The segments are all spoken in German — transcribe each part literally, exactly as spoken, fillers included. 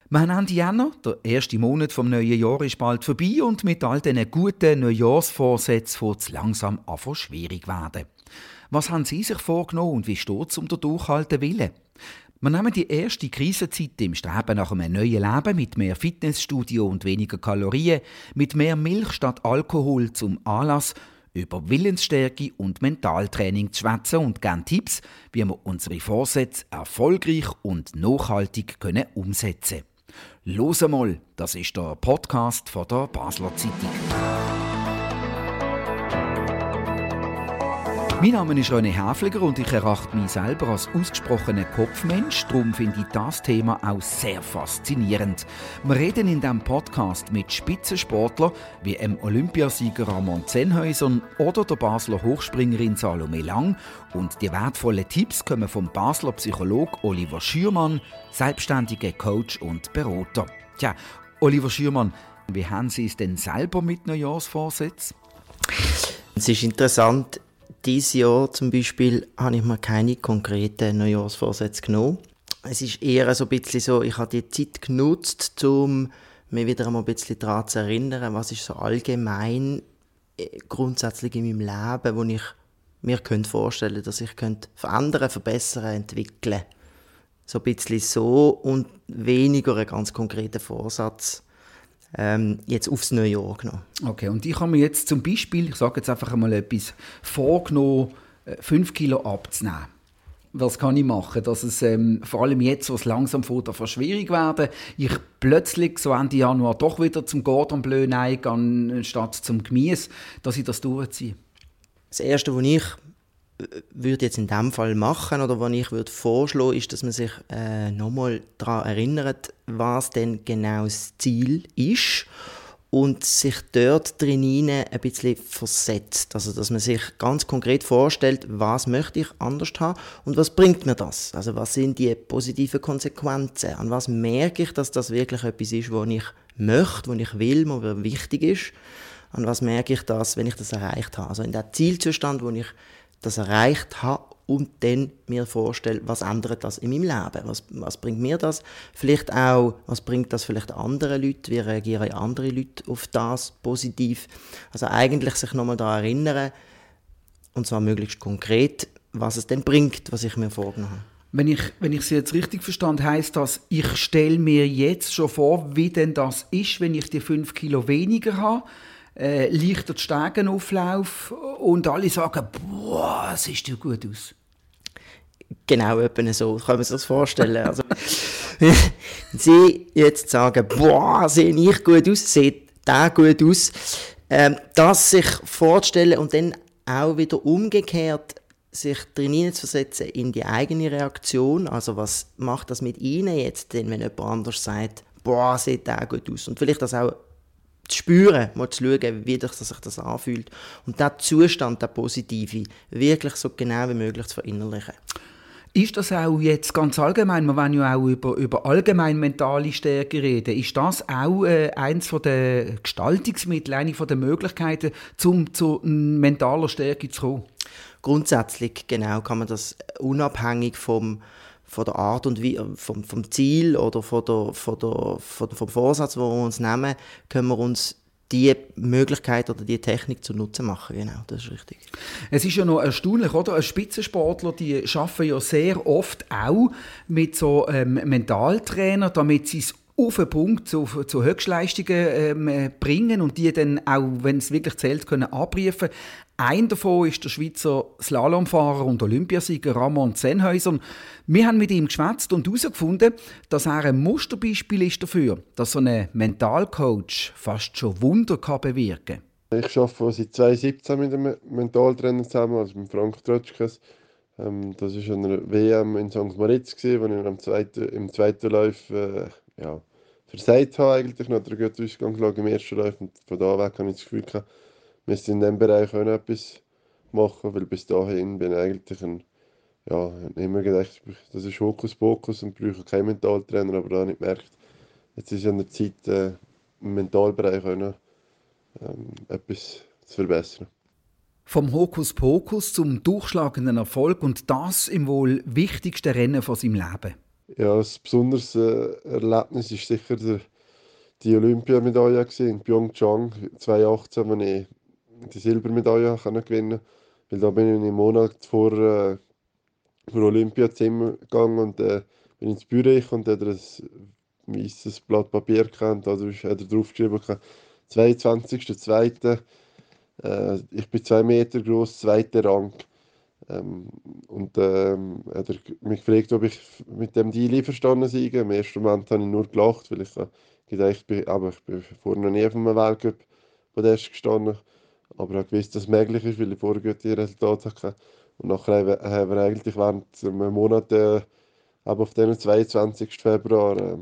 Wir haben Ende Jänner, der erste Monat vom neuen Jahr ist bald vorbei und mit all diesen guten Neujahrsvorsätzen wird es langsam anfangen schwierig werden. Was haben Sie sich vorgenommen und wie steht es um den durchhalten Willen? Wir nehmen die erste Krisenzeit im Streben nach einem neuen Leben mit mehr Fitnessstudio und weniger Kalorien, mit mehr Milch statt Alkohol zum Anlass, über Willensstärke und Mentaltraining zu schwätzen und geben Tipps, wie wir unsere Vorsätze erfolgreich und nachhaltig können umsetzen können. Los mal, das ist der Podcast von der Basler Zeitung. Mein Name ist René Häfliger und ich erachte mich selber als ausgesprochener Kopfmensch. Darum finde ich das Thema auch sehr faszinierend. Wir reden in diesem Podcast mit Spitzensportlern wie dem Olympiasieger Ramon Zenhäuser oder der Basler Hochspringerin Salome Lang. Und die wertvollen Tipps kommen vom Basler Psychologe Oliver Schürmann, selbstständiger Coach und Berater. Tja, Oliver Schürmann, wie haben Sie es denn selber mit Neujahrsvorsätzen? Es ist interessant. Dieses Jahr zum Beispiel habe ich mir keine konkreten Neujahrsvorsätze genommen. Es ist eher so ein bisschen so, ich habe die Zeit genutzt, um mich wieder einmal ein bisschen daran zu erinnern, was ist so allgemein grundsätzlich in meinem Leben, wo ich mir vorstellen könnte, dass ich verändern, verbessern, entwickeln. So ein bisschen so und weniger einen ganz konkreten Vorsatz. Ähm, jetzt aufs neue Jahr genommen. Okay, und ich habe mir jetzt zum Beispiel, ich sage jetzt einfach mal etwas, vorgenommen, fünf Kilo abzunehmen. Was kann ich machen, dass es ähm, vor allem jetzt, wo es langsam vor schwierig werden, ich plötzlich so Ende Januar doch wieder zum Cordon Bleu neigehe, statt zum Gemüse, dass ich das durchziehe? Das Erste, was ich würde jetzt in diesem Fall machen oder was ich würde vorschlagen, ist, dass man sich äh, nochmal daran erinnert, was denn genau das Ziel ist und sich dort drin ein bisschen versetzt. Also, dass man sich ganz konkret vorstellt, was möchte ich anders haben und was bringt mir das? Also, was sind die positiven Konsequenzen? An was merke ich, dass das wirklich etwas ist, was ich möchte, was ich will, was mir wichtig ist? An was merke ich das, wenn ich das erreicht habe? Also, in dem Zielzustand, wo ich das erreicht habe und dann mir vorstelle, was ändert das in meinem Leben? Was, was bringt mir das? Vielleicht auch, was bringt das vielleicht anderen Leuten? Wie reagieren andere Leute auf das positiv? Also eigentlich sich nochmal daran erinnern, und zwar möglichst konkret, was es denn bringt, was ich mir vorgenommen habe. Wenn ich, wenn ich Sie jetzt richtig verstanden, heisst das, ich stelle mir jetzt schon vor, wie denn das ist, wenn ich die fünf Kilo weniger habe, Äh, leichter die Stegen auflaufe und alle sagen, boah, es sieht dir gut aus. Genau, etwa so, kann man sich das vorstellen. Also, wenn Sie jetzt sagen, boah, sehe ich gut aus, sieht der gut aus, ähm, das sich vorzustellen und dann auch wieder umgekehrt sich drin zu versetzen in die eigene Reaktion, also was macht das mit Ihnen jetzt denn, wenn jemand anders sagt, boah, sieht der gut aus, und vielleicht das auch zu spüren, mal zu schauen, wie sich das anfühlt. Und diesen Zustand, der positive, wirklich so genau wie möglich zu verinnerlichen. Ist das auch jetzt ganz allgemein, wir wollen ja auch über, über allgemein mentale Stärke reden, ist das auch äh, eines der Gestaltungsmittel, eine der Möglichkeiten, um zu mentaler Stärke zu kommen? Grundsätzlich, genau, kann man das unabhängig vom von der Art und wie, vom, vom Ziel oder von der, von der, von der, vom Vorsatz, den wir uns nehmen, können wir uns die Möglichkeit oder die Technik zu Nutzen machen. Genau, das ist richtig. Es ist ja noch erstaunlich, oder? Ein Spitzensportler, die arbeiten ja sehr oft auch mit so ähm, Mentaltrainern, damit sie es auf den Punkt zu, zu Höchstleistungen ähm, bringen und die dann auch, wenn es wirklich zählt, können abrufen. Ein davon ist der Schweizer Slalomfahrer und Olympiasieger Ramon Zenhäuser. Wir haben mit ihm geschwätzt und herausgefunden, dass er ein Musterbeispiel ist dafür, dass so ein Mentalcoach fast schon Wunder kann bewirken kann. Ich arbeite seit zwanzig siebzehn mit einem Mentaltrainer zusammen, also mit Frank Trotschkes. Ähm, das war an einer W M in Sankt Moritz, wo ich am zweiten, im zweiten Lauf äh, ja, versagt habe. Eigentlich noch eine gute Ausgangslage im ersten Lauf. Und von da weg habe ich das Gefühl gehabt, wir müssen in diesem Bereich auch noch etwas machen, weil bis dahin bin ich eigentlich ein, ja, immer gedacht, das ist Hokuspokus und brauche keinen Mentaltrainer, aber da habe ich gemerkt, jetzt ist an der Zeit, äh, im Mentalbereich auch noch ähm, etwas zu verbessern. Vom Hokuspokus zum durchschlagenden Erfolg und das im wohl wichtigsten Rennen von seinem Leben. Ja, ein besonderes äh, Erlebnis war sicher der, die Olympiamedaille gewesen in Pyeongchang zweitausendachtzehn, wo ich die Silbermedaille können gewinnen konnte. Weil da bin ich einen Monat vor, äh, vor Olympiazimmer gegangen und äh, bin ins Büro und hat er ein weißes Blatt Papier gehabt. Da hat er draufgeschrieben, zweiundzwanzigster zweiter Äh, ich bin zwei Meter groß, zweiter Rang. Ähm, und ähm, hat er mich gefragt, ob ich mit dem Deal einverstanden sei. Im ersten Moment habe ich nur gelacht, weil ich äh, gedacht ich bin, aber ich bin vorher noch nie auf einem Weltcup-Podest gestanden. Aber ich wusste, dass es möglich ist, weil ich vorher gute Resultate hatte. Und nachher haben wir eigentlich während einem Monat äh, aber auf den zweiundzwanzigsten Februar äh,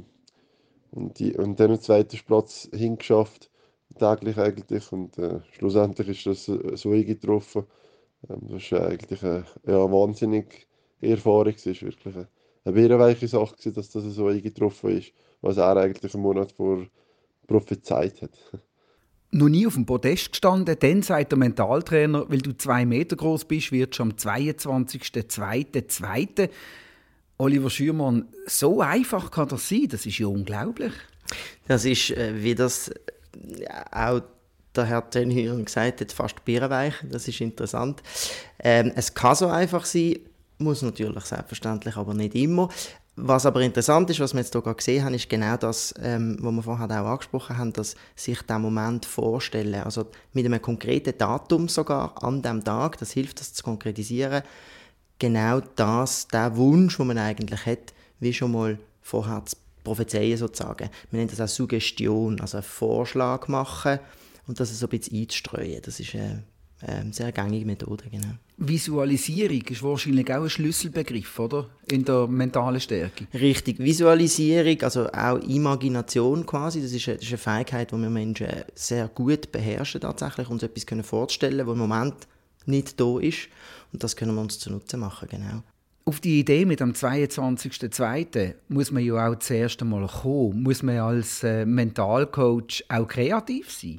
und, die, und den zweiten Platz hingeschafft, täglich eigentlich. Und äh, schlussendlich ist das äh, so eingetroffen. Ähm, das war eigentlich eine ja, wahnsinnige Erfahrung. Es war wirklich eine, eine bärenweiche Sache, gewesen, dass das so eingetroffen ist, was er eigentlich einen Monat vor prophezeit hat. Noch nie auf dem Podest gestanden, dann sagt der Mentaltrainer, weil du zwei Meter groß bist, wirst du am zweiundzwanzigster zweiter zweiter Oliver Schürmann, so einfach kann das sein? Das ist ja unglaublich. Das ist, äh, wie das äh, auch der Herr Tenhüren gesagt hat, fast bärenweich. Das ist interessant. Ähm, es kann so einfach sein, muss natürlich selbstverständlich, aber nicht immer. Was aber interessant ist, was wir jetzt hier gerade gesehen haben, ist genau das, ähm, was wir vorher auch angesprochen haben, dass sich der Moment vorstellen, also mit einem konkreten Datum sogar an dem Tag, das hilft, das zu konkretisieren, genau das, der Wunsch, den man eigentlich hat, wie schon mal vorher zu prophezeien sozusagen. Wir nennen das auch Suggestion, also einen Vorschlag machen und das so ein bisschen einzustreuen. Das ist eine, eine sehr gängige Methode, genau. Visualisierung ist wahrscheinlich auch ein Schlüsselbegriff, oder? In der mentalen Stärke. Richtig. Visualisierung, also auch Imagination quasi, das ist eine, das ist eine Fähigkeit, die wir Menschen sehr gut beherrschen tatsächlich, uns etwas können vorzustellen, was im Moment nicht da ist. Und das können wir uns zunutze machen, genau. Auf die Idee mit dem zweiundzwanzigster zweiter muss man ja auch zuerst einmal kommen. Muss man als äh, Mentalcoach auch kreativ sein?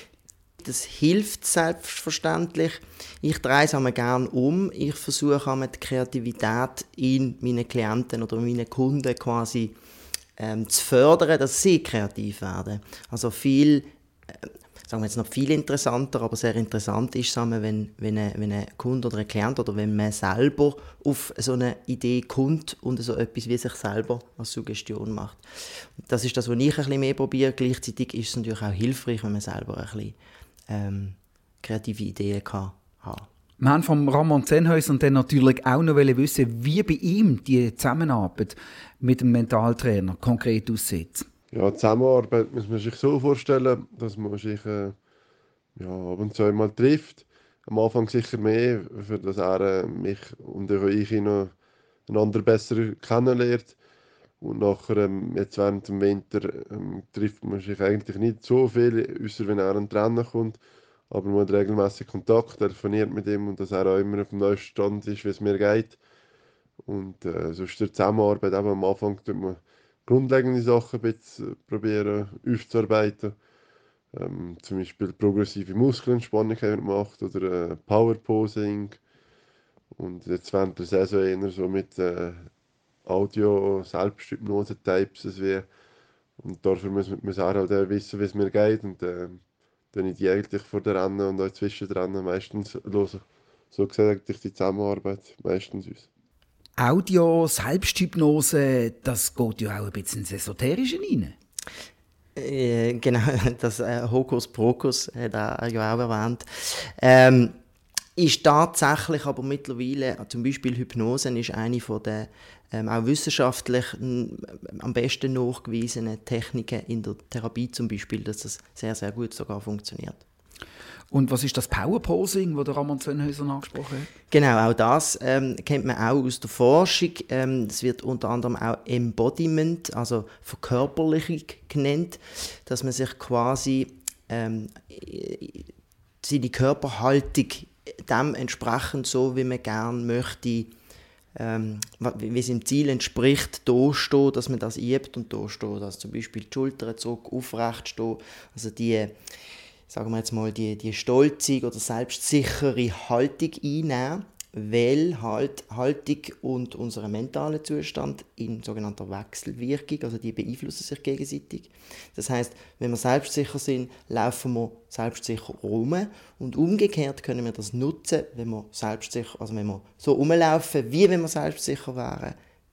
Das hilft selbstverständlich. Ich drehe es einmal gerne um. Ich versuche einmal die Kreativität in meinen Klienten oder meinen Kunden quasi ähm, zu fördern, dass sie kreativ werden. Also viel, äh, sagen wir jetzt noch viel interessanter, aber sehr interessant ist es, wenn, wenn, ein, wenn ein Kunde oder ein Klient oder wenn man selber auf so eine Idee kommt und so etwas wie sich selber als Suggestion macht. Das ist das, was ich ein bisschen mehr probiere. Gleichzeitig ist es natürlich auch hilfreich, wenn man selber ein bisschen ähm, kreative Ideen kann haben. Wir haben vom Ramon Zenhäuser dann natürlich auch noch wissen, wie bei ihm die Zusammenarbeit mit dem Mentaltrainer konkret aussieht. Ja, Zusammenarbeit muss man sich so vorstellen, dass man sich äh, ja, ab und zu mal trifft. Am Anfang sicher mehr, für dass er äh, mich und ich ihn noch einander besser kennenlernt. Und nachher, ähm, jetzt während dem Winter, ähm, trifft man sich eigentlich nicht so viel, außer wenn er an Rennen kommt. Aber man hat regelmäßig Kontakt, telefoniert mit ihm und dass er auch immer auf dem neuesten Stand ist, wie es mir geht. Und äh, sonst der Zusammenarbeit, eben am Anfang tut man grundlegende Sachen ein bisschen probieren aufzuarbeiten. Ähm, zum Beispiel progressive Muskelentspannung haben wir gemacht oder äh, Powerposing. Und jetzt während der Saison eher so mit äh, Audio-Selbsthypnose-Types. Wie. Und dafür muss, muss er halt auch wissen, wie es mir geht. Und äh, dann ich die eigentlich vor der Rennen und auch zwischen den Rennen meistens hören. So gesagt eigentlich die Zusammenarbeit meistens uns. Audio, Selbsthypnose, das geht ja auch ein bisschen ins Esoterische rein. Äh, genau, das äh, Hokuspokus hat er ja auch erwähnt. Ähm, ist tatsächlich aber mittlerweile, zum Beispiel Hypnose, ist eine von der ähm, auch wissenschaftlich m, am besten nachgewiesenen Techniken in der Therapie zum Beispiel, dass das sehr, sehr gut sogar funktioniert. Und was ist das Powerposing, das der Ramon Zenhäuser angesprochen hat? Genau, auch das ähm, kennt man auch aus der Forschung. Ähm, das wird unter anderem auch Embodiment, also Verkörperlichung genannt, dass man sich quasi ähm, seine Körperhaltung dementsprechend so, wie man gerne möchte, ähm, wie es im Ziel entspricht, da stehen, dass man das übt und da steht. Also zum Beispiel die Schultern zurück, aufrecht stehen, also die, sagen wir jetzt mal, die, die stolze oder selbstsichere Haltung einnehmen. weil halt Haltung und unser mentaler Zustand in sogenannter Wechselwirkung, also die beeinflussen sich gegenseitig. Das heißt, wenn wir selbstsicher sind, laufen wir selbstsicher rum und umgekehrt können wir das nutzen, wenn wir selbstsicher, also wenn wir so rumlaufen, wie wenn wir selbstsicher wären,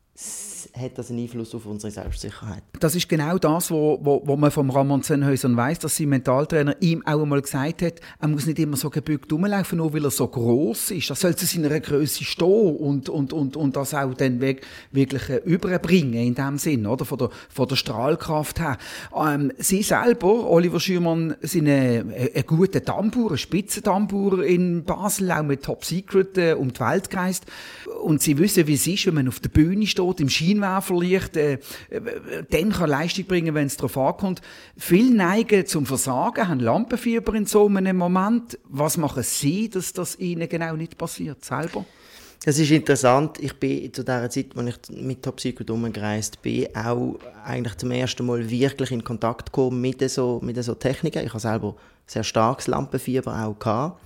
hat das einen Einfluss auf unsere Selbstsicherheit. Das ist genau das, wo, wo, wo man vom Ramon Sennhäusern weiss, dass sein Mentaltrainer ihm auch einmal gesagt hat, er muss nicht immer so gebückt rumlaufen, nur weil er so gross ist. Er soll zu seiner Grösse stehen und, und, und, und das auch dann wirklich überbringen, in dem Sinn, oder? Von der, von der Strahlkraft her. Ähm, Sie selber, Oliver Schürmann, sind ein, ein guter Tambour, ein Spitzentambour in Basel, auch mit Top Secret äh, um die Welt gereist. Und Sie wissen, wie es ist, wenn man auf der Bühne steht, im Scheinwerferlicht, äh, dann kann Leistung bringen, wenn es darauf ankommt. Viele neigen zum Versagen, haben Lampenfieber in so einem Moment. Was machen Sie, dass das Ihnen genau nicht passiert, selber? Das ist interessant. Ich bin zu dieser Zeit, als ich mit Top Secret umgereist bin, auch eigentlich zum ersten Mal wirklich in Kontakt gekommen mit so, mit so Techniken. Ich habe selber sehr starkes Lampenfieber auch gehabt.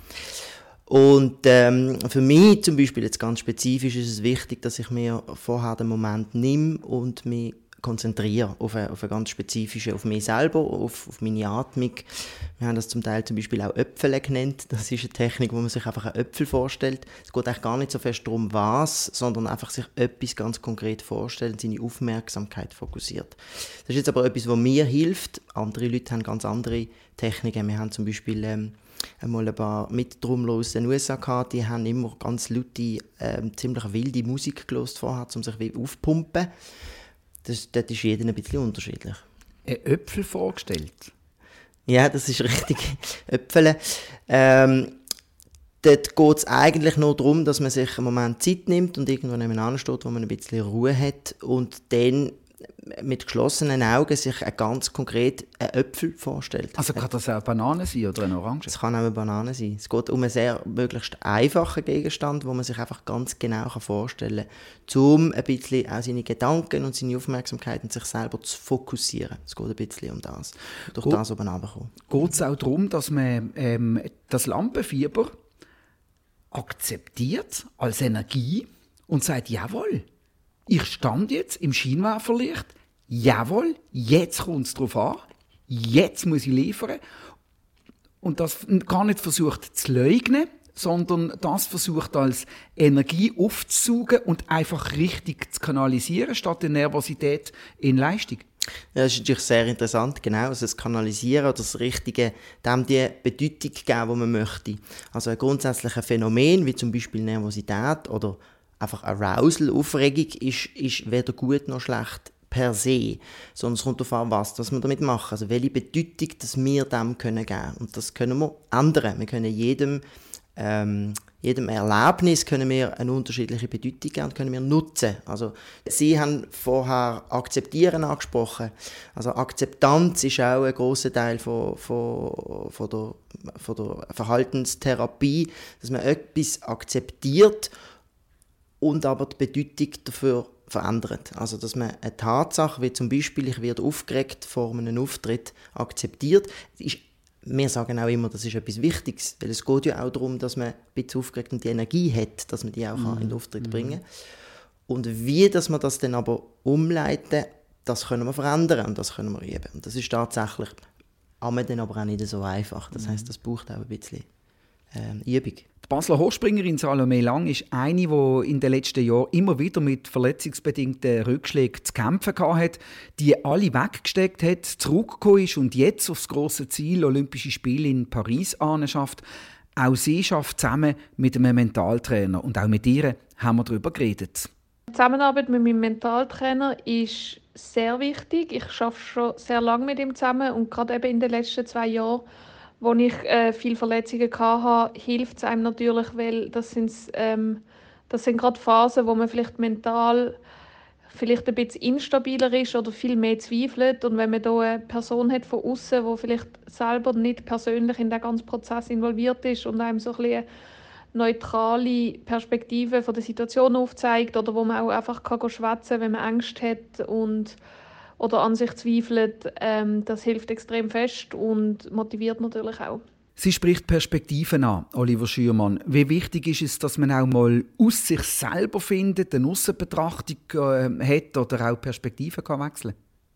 Und ähm, für mich zum Beispiel jetzt ganz spezifisch ist es wichtig, dass ich mir vorher den Moment nehme und mich konzentriere auf eine, auf eine ganz spezifische, auf mich selber, auf, auf meine Atmung. Wir haben das zum Teil zum Beispiel auch Öpfele genannt. Das ist eine Technik, wo man sich einfach einen Öpfel vorstellt. Es geht eigentlich gar nicht so fest darum, was, sondern einfach sich etwas ganz konkret vorstellen, seine Aufmerksamkeit fokussiert. Das ist jetzt aber etwas, was mir hilft. Andere Leute haben ganz andere Techniken. Wir haben zum Beispiel ähm, einmal ein paar Mittrommler aus den U S A gehabt, die haben immer ganz laute, ähm, ziemlich wilde Musik gehört vorher, um sich aufzupumpen. Das, das ist jedem ein bisschen unterschiedlich. Ein Öpfel vorgestellt? Ja, das ist richtig. Öpfele. Ähm, dort geht es eigentlich nur darum, dass man sich einen Moment Zeit nimmt und irgendwo nebeneinander steht, wo man ein bisschen Ruhe hat und dann mit geschlossenen Augen sich ein ganz konkret einen Äpfel vorstellt. Also kann das auch eine Banane sein oder eine Orange? Es kann auch eine Banane sein. Es geht um einen sehr möglichst einfachen Gegenstand, wo man sich einfach ganz genau vorstellen kann, um ein bisschen auch seine Gedanken und seine Aufmerksamkeit und sich selber zu fokussieren. Es geht ein bisschen um das. Durch Go- das oben runterkommen. Geht es auch darum, dass man ähm, das Lampenfieber akzeptiert als Energie und sagt, jawohl, ich stand jetzt im Scheinwerferlicht, jawohl, jetzt kommt es darauf an, jetzt muss ich liefern. Und das gar nicht versucht zu leugnen, sondern das versucht als Energie aufzusaugen und einfach richtig zu kanalisieren, statt der Nervosität in Leistung. Ja, das ist natürlich sehr interessant, genau, also das Kanalisieren oder das Richtige, dem die Bedeutung geben, die man möchte. Also ein grundsätzliches Phänomen, wie zum Beispiel Nervosität oder einfach Arousal, Aufregung, ist, ist weder gut noch schlecht per se, sondern es kommt darauf an, was, was wir damit machen. Also welche Bedeutung dass wir dem können geben. Und das können wir ändern. Wir können jedem, ähm, jedem Erlebnis können wir eine unterschiedliche Bedeutung geben und können wir nutzen. Also Sie haben vorher Akzeptieren angesprochen. Also Akzeptanz ist auch ein grosser Teil von, von, von, der, von der Verhaltenstherapie, dass man etwas akzeptiert und aber die Bedeutung dafür verändert. Also, dass man eine Tatsache, wie zum Beispiel, ich werde aufgeregt vor einem Auftritt, akzeptiert. Ist, wir sagen auch immer, das ist etwas Wichtiges, weil es geht ja auch darum, dass man ein bisschen aufgeregt und die Energie hat, dass man die auch mm. in den Auftritt mm. bringen kann. Und wie dass man das dann aber umleiten, das können wir verändern und das können wir üben. Und das ist tatsächlich aber dann aber auch nicht so einfach. Das heisst, das braucht auch ein bisschen ähm, Übung. Die Basler Hochspringerin Salome Lang ist eine, die in den letzten Jahren immer wieder mit verletzungsbedingten Rückschlägen zu kämpfen hatte, die alle weggesteckt hat, zurückgekommen ist und jetzt aufs grosse Ziel Olympische Spiele in Paris anschafft. Auch sie schafft zusammen mit einem Mentaltrainer und auch mit ihr haben wir darüber geredet. Die Zusammenarbeit mit meinem Mentaltrainer ist sehr wichtig. Ich arbeite schon sehr lange mit ihm zusammen und gerade eben in den letzten zwei Jahren, wo ich äh, viele Verletzungen hatte, hilft es einem natürlich, weil das sind, ähm, das sind gerade Phasen, wo man vielleicht mental vielleicht ein bisschen instabiler ist oder viel mehr zweifelt. Und wenn man da eine Person hat von außen, die vielleicht selber nicht persönlich in den ganzen Prozess involviert ist und einem so ein bisschen eine neutrale Perspektive von der Situation aufzeigt oder wo man auch einfach kann schwätzen kann, wenn man Angst hat und oder an sich zweifelt, ähm, das hilft extrem fest und motiviert natürlich auch. Sie spricht Perspektiven an, Oliver Schürmann. Wie wichtig ist es, dass man auch mal aus sich selber findet, eine Aussenbetrachtung äh, hat oder auch Perspektiven kann wechseln?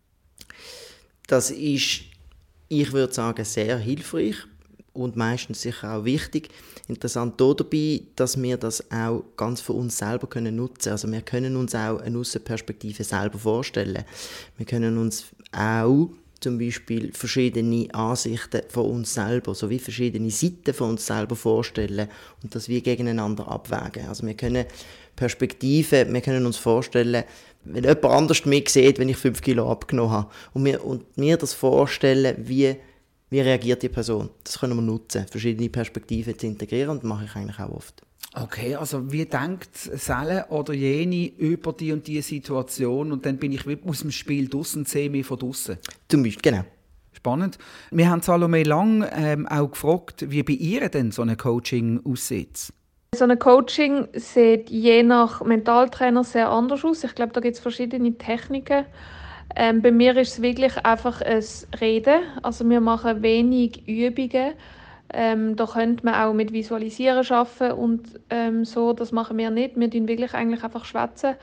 Das ist, ich würde sagen, sehr hilfreich und meistens sicher auch wichtig. Interessant dabei, dass wir das auch ganz für uns selber können nutzen können. Also wir können uns auch eine Aussenperspektive selber vorstellen. Wir können uns auch zum Beispiel verschiedene Ansichten von uns selber, sowie verschiedene Seiten von uns selber vorstellen und das wie gegeneinander abwägen. Also wir können Perspektiven, wir können uns vorstellen, wenn jemand anders mich sieht, wenn ich fünf Kilo abgenommen habe und mir, und mir das vorstellen, wie, wie reagiert die Person. Das können wir nutzen, verschiedene Perspektiven zu integrieren und das mache ich eigentlich auch oft. Okay, also wie denkt Selle oder jene über die und die Situation und dann bin ich aus dem Spiel draussen und sehe mich von draussen? Zum Beispiel, genau. Spannend. Wir haben Salome Lang ähm, auch gefragt, wie bei ihr denn so ein Coaching aussieht. So ein Coaching sieht je nach Mentaltrainer sehr anders aus. Ich glaube, da gibt es verschiedene Techniken. Ähm, bei mir ist es wirklich einfach ein Reden. Also wir machen wenig Übungen. Ähm, da könnte man auch mit Visualisieren arbeiten und ähm, so. Das machen wir nicht. Wir tun wirklich eigentlich einfach schwätzen.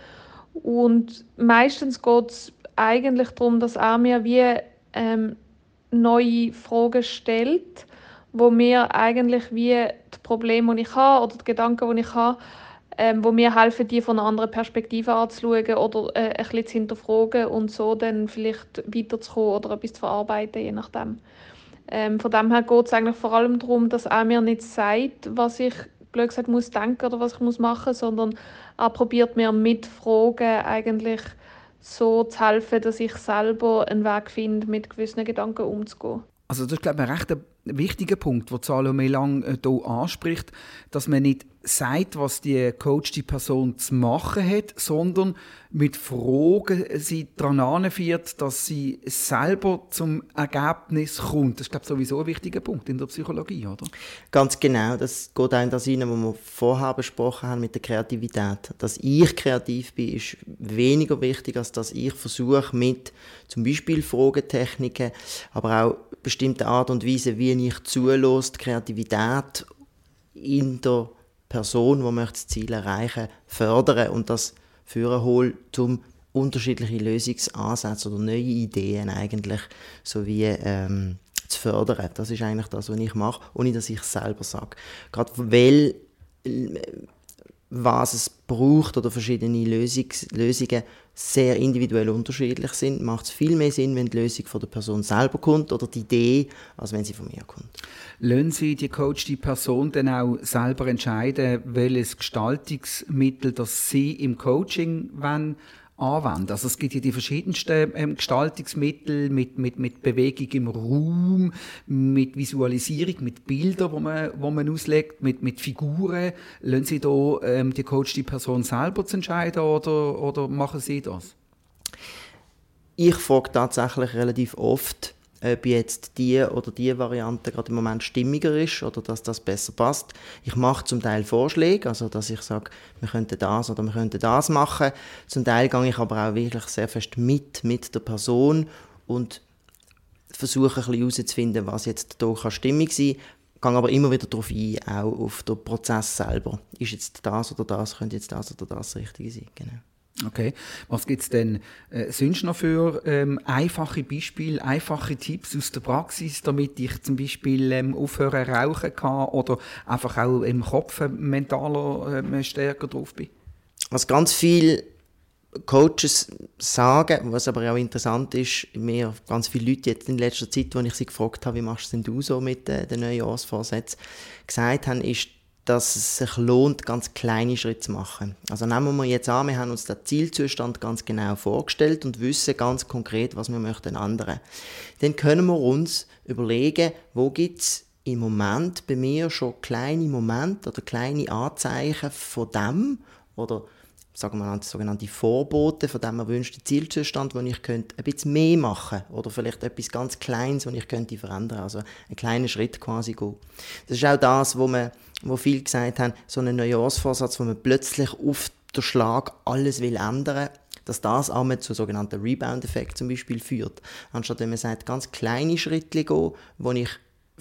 Und meistens geht es eigentlich darum, dass er mir wie ähm, neue Fragen stellt, wo mir eigentlich wie die Probleme, die ich habe oder die Gedanken, die ich habe, ähm, wo mir helfen, die von einer anderen Perspektive anzuschauen oder äh, ein bisschen zu hinterfragen und so dann vielleicht weiterzukommen oder etwas zu verarbeiten, je nachdem. Ähm, von dem her geht es eigentlich vor allem darum, dass er mir nicht sagt, was ich blöd gesagt muss denken oder was ich muss machen, sondern er probiert mir mit Fragen eigentlich so zu helfen, dass ich selber einen Weg finde, mit gewissen Gedanken umzugehen. Also das ist, glaube ich, ein recht wichtiger Punkt, den Salome Lang hier anspricht, dass man nicht sagt, was die coachte Person zu machen hat, sondern mit Fragen sie daran anführt, dass sie selber zum Ergebnis kommt. Das ist, glaube ich, sowieso ein wichtiger Punkt in der Psychologie, oder? Ganz genau. Das geht auch in das hinein, was wir vorher besprochen haben mit der Kreativität. Dass ich kreativ bin, ist weniger wichtig, als dass ich versuche, mit zum Beispiel Fragetechniken, aber auch bestimmte Art und Weise, wie ich zulasse, die Kreativität in der Person, die das Ziel erreichen möchte, fördern und das führen hol, um unterschiedliche Lösungsansätze oder neue Ideen eigentlich sowie ähm, zu fördern. Das ist eigentlich das, was ich mache, ohne dass ich es selber sage. Gerade weil was es braucht oder verschiedene Lösungs- Lösungen sehr individuell unterschiedlich sind, macht es viel mehr Sinn, wenn die Lösung von der Person selber kommt oder die Idee, als wenn sie von mir kommt. Lassen Sie die Coach die Person dann auch selber entscheiden, welches Gestaltungsmittel das Sie im Coaching wollen, anwenden? Also es gibt ja die verschiedensten ähm, Gestaltungsmittel mit, mit, mit Bewegung im Raum, mit Visualisierung, mit Bildern, wo man, wo man auslegt, mit, mit Figuren. Lassen Sie da ähm, die Coach die Person selber zu entscheiden oder, oder machen Sie das? Ich frage tatsächlich relativ oft, ob jetzt die oder die Variante gerade im Moment stimmiger ist oder dass das besser passt. Ich mache zum Teil Vorschläge, also dass ich sage, wir könnten das oder wir könnten das machen. Zum Teil gehe ich aber auch wirklich sehr fest mit, mit der Person und versuche ein bisschen herauszufinden, was jetzt hier stimmig sein kann. Gehe aber immer wieder darauf ein, auch auf den Prozess selber. Ist jetzt das oder das, könnte jetzt das oder das richtig sein, genau. Okay. Was gibt es denn äh, sonst noch für ähm, einfache Beispiele, einfache Tipps aus der Praxis, damit ich zum Beispiel ähm, aufhören rauchen kann oder einfach auch im Kopf äh, mentaler äh, stärker drauf bin? Was ganz viele Coaches sagen, was aber auch interessant ist, mir ganz viele Leute jetzt in letzter Zeit, als ich sie gefragt habe, wie machst denn du so mit äh, den Neujahrsvorsätzen, gesagt haben, ist, dass es sich lohnt, ganz kleine Schritte zu machen. Also nehmen wir jetzt an, wir haben uns den Zielzustand ganz genau vorgestellt und wissen ganz konkret, was wir möchten ändern. Dann können wir uns überlegen, wo gibt es im Moment bei mir schon kleine Momente oder kleine Anzeichen von dem oder sagen wir mal, sogenannte Vorbote von dem erwünschten Zielzustand, wo ich könnte ein bisschen mehr machen oder vielleicht etwas ganz Kleines, was ich könnte verändern, also einen kleinen Schritt quasi gehen. Das ist auch das, wo man, wo viele gesagt haben, so einen Neujahrsvorsatz, wo man plötzlich auf den Schlag alles will ändern, dass das auch mal zu sogenannten Rebound-Effekt zum Beispiel führt. Anstatt wenn man sagt, ganz kleine Schritte gehen, wo ich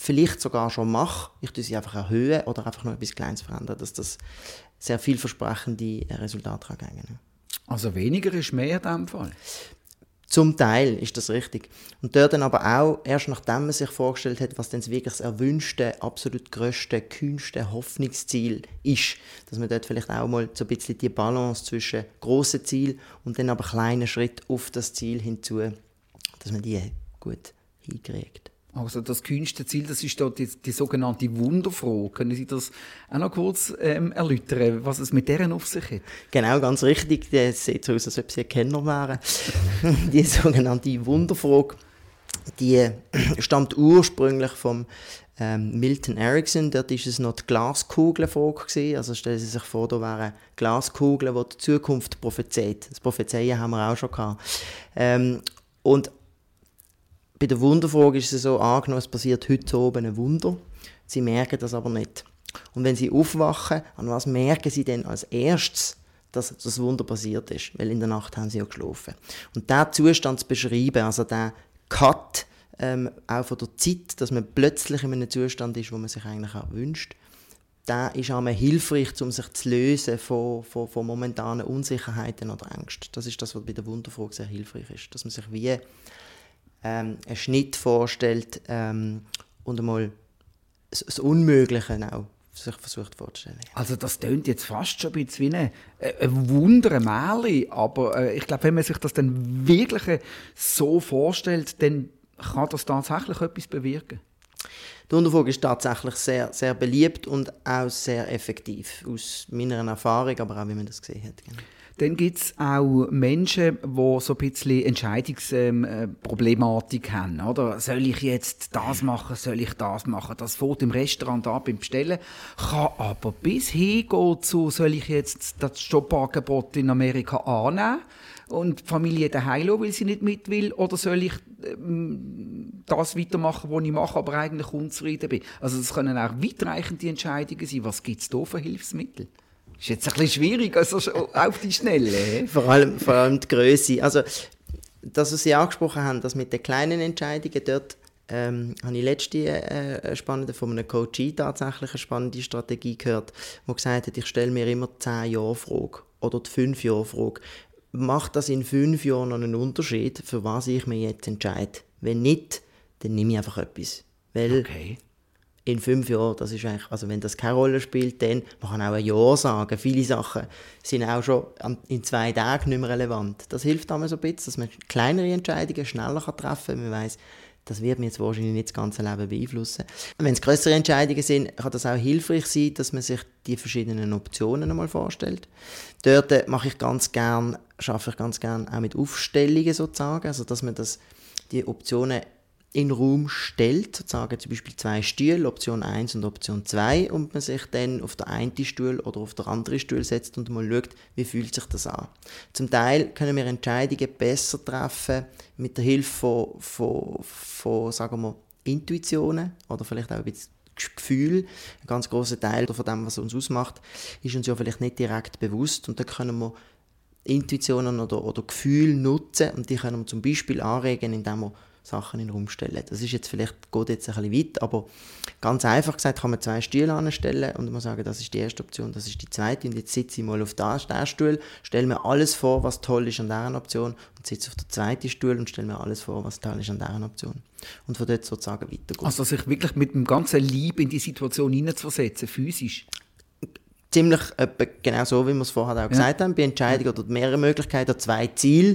vielleicht sogar schon mache, ich tue sie einfach erhöhen oder einfach noch etwas Kleines verändern, dass das sehr vielversprechende Resultate kann geben. Also weniger ist mehr in diesem Fall? Zum Teil ist das richtig. Und dort dann aber auch, erst nachdem man sich vorgestellt hat, was denn wirklich das erwünschte, absolut grösste, kühnste Hoffnungsziel ist, dass man dort vielleicht auch mal so ein bisschen die Balance zwischen grossen Ziel und dann aber kleinen Schritt auf das Ziel hinzu, dass man die gut hinkriegt. Also das kühnste Ziel, das ist dort die, die sogenannte Wunderfrage. Können Sie das auch noch kurz ähm, erläutern, was es mit deren auf sich hat? Genau, ganz richtig. Das sieht so aus, als ob Sie ein Kenner wären. Die sogenannte Wunderfrage, die stammt ursprünglich vom ähm, Milton Erickson. Dort war es noch die Glaskugelfrage. Also stellen Sie sich vor, da wären Glaskugeln, die die Zukunft prophezeit. Das Prophezeien haben wir auch schon gehabt. Ähm, und bei der Wunderfrage ist es so angenommen, es passiert heute oben ein Wunder. Sie merken das aber nicht. Und wenn Sie aufwachen, an was merken Sie denn als erstes, dass das Wunder passiert ist? Weil in der Nacht haben Sie ja geschlafen. Und diesen Zustand zu beschreiben, also den Cut, ähm, auch von der Zeit, dass man plötzlich in einem Zustand ist, wo man sich eigentlich auch wünscht, der ist auch hilfreich, um sich zu lösen von, von, von momentanen Unsicherheiten oder Ängsten. Das ist das, was bei der Wunderfrage sehr hilfreich ist. Dass man sich wie Ähm, einen Schnitt vorstellt ähm, und einmal das Unmögliche auch sich versucht vorzustellen. Also das klingt jetzt fast schon ein bisschen wie ein, ein Wunder, ein Märchen, aber äh, ich glaube, wenn man sich das dann wirklich so vorstellt, dann kann das tatsächlich etwas bewirken. Die Wunderfrage ist tatsächlich sehr, sehr beliebt und auch sehr effektiv, aus meiner Erfahrung, aber auch wie man das gesehen hat. Genau. Dann gibt es auch Menschen, die so ein bisschen Entscheidungsproblematik haben. Oder? Soll ich jetzt das machen, soll ich das machen? Das fängt im Restaurant an beim Bestellen, kann aber bis hin zu, soll ich jetzt das Jobangebot in Amerika annehmen und die Familie daheim lassen, weil sie nicht mit will, oder soll ich ähm, das weitermachen, was ich mache, aber eigentlich unzufrieden bin? Also das können auch weitreichende Entscheidungen sein. Was gibt es da für Hilfsmittel? Ist jetzt ein bisschen schwierig, also auf die Schnelle. vor, allem, vor allem die Grösse. Also, das, was Sie angesprochen haben, das mit den kleinen Entscheidungen, dort ähm, habe ich letzte äh, spannende, von einem Coachie tatsächlich eine spannende Strategie gehört, der gesagt hat, ich stelle mir immer die zehn-Jahre-Frage oder die fünf-Jahre-Frage. Macht das in fünf Jahren noch einen Unterschied, für was ich mich jetzt entscheide? Wenn nicht, dann nehme ich einfach etwas. Weil okay. In fünf Jahren, das ist eigentlich, also wenn das keine Rolle spielt, dann man kann auch ein Ja sagen. Viele Sachen sind auch schon in zwei Tagen nicht mehr relevant. Das hilft einem so ein bisschen, dass man kleinere Entscheidungen schneller treffen kann. Man weiss, das wird mir jetzt wahrscheinlich nicht das ganze Leben beeinflussen. Wenn es grössere Entscheidungen sind, kann das auch hilfreich sein, dass man sich die verschiedenen Optionen einmal vorstellt. Dort mache ich ganz gern, arbeite ich ganz gern auch mit Aufstellungen sozusagen, also dass man das, die Optionen in den Raum stellt, sozusagen zum Beispiel zwei Stühle, Option eins und Option zwei, und man sich dann auf den einen Stuhl oder auf den anderen Stuhl setzt und mal schaut, wie fühlt sich das an. Zum Teil können wir Entscheidungen besser treffen mit der Hilfe von, von, von sagen wir, Intuitionen oder vielleicht auch ein bisschen Gefühl. Ein ganz grosser Teil von dem, was uns ausmacht, ist uns ja vielleicht nicht direkt bewusst, und da können wir Intuitionen oder, oder Gefühle nutzen, und die können wir zum Beispiel anregen, indem wir Sachen in den Raum stellen. Das ist jetzt vielleicht, geht jetzt ein bisschen weit, aber ganz einfach gesagt kann man zwei Stühle anstellen und man sagen, das ist die erste Option, das ist die zweite, und jetzt sitze ich mal auf diesen Stuhl, stelle mir alles vor, was toll ist an dieser Option, und sitze auf der zweiten Stuhl und stelle mir alles vor, was toll ist an dieser Option. Und von dort sozusagen weitergehen. Also sich wirklich mit dem ganzen Lieb in die Situation hineinzuversetzen, physisch? Ziemlich etwa genau so, wie wir es vorher auch ja. gesagt haben, bei Entscheidungen oder mehrere Möglichkeiten, zwei Ziele,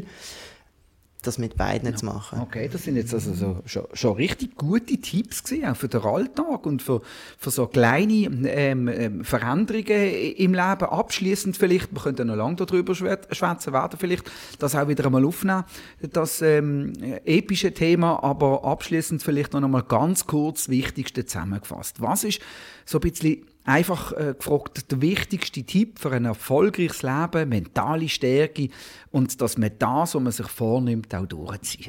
das mit beiden ja. zu machen. Okay, das sind jetzt also so, schon, schon richtig gute Tipps gewesen, auch für den Alltag und für, für so kleine ähm, Veränderungen im Leben. Abschließend vielleicht, wir könnten noch lange darüber schwätzen, werden vielleicht das auch wieder einmal aufnehmen, das ähm, epische Thema, aber abschließend vielleicht noch einmal ganz kurz das Wichtigste zusammengefasst. Was ist so ein bisschen einfach äh, gefragt, der wichtigste Tipp für ein erfolgreiches Leben, mentale Stärke und dass man das, was man sich vornimmt, auch durchzieht?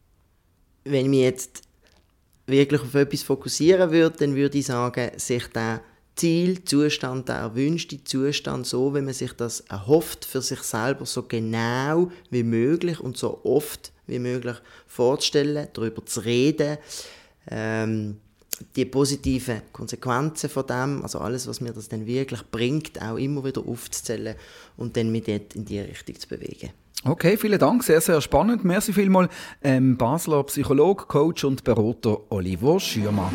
Wenn ich mich jetzt wirklich auf etwas fokussieren würde, dann würde ich sagen, sich der Zielzustand, der erwünschte Zustand, so wie man sich das erhofft, für sich selber so genau wie möglich und so oft wie möglich vorzustellen, darüber zu reden, ähm, die positiven Konsequenzen von dem, also alles, was mir das dann wirklich bringt, auch immer wieder aufzuzählen und dann mich dort in die Richtung zu bewegen. Okay, vielen Dank, sehr, sehr spannend. Merci vielmals, ähm, Basler Psychologe, Coach und Berater Oliver Schürmann.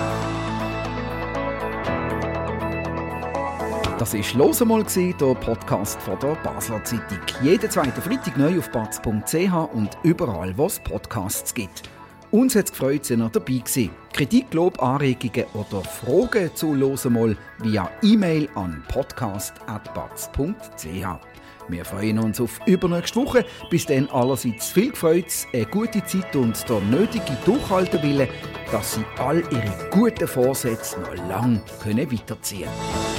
Das war «Los einmal», der Podcast von der Basler Zeitung. Jeden zweiten Freitag neu auf batz punkt c h und überall, wo es Podcasts gibt. Uns hat es gefreut, dass ihr dabei gewesen. Kritik, Lob, Anregungen oder Fragen zu «Los einmal» via E-Mail an podcast at batz punkt c h. Wir freuen uns auf übernächste Woche. Bis dann allerseits viel Freude, eine gute Zeit und der nötige Durchhaltewille, dass Sie all Ihre guten Vorsätze noch lange weiterziehen können.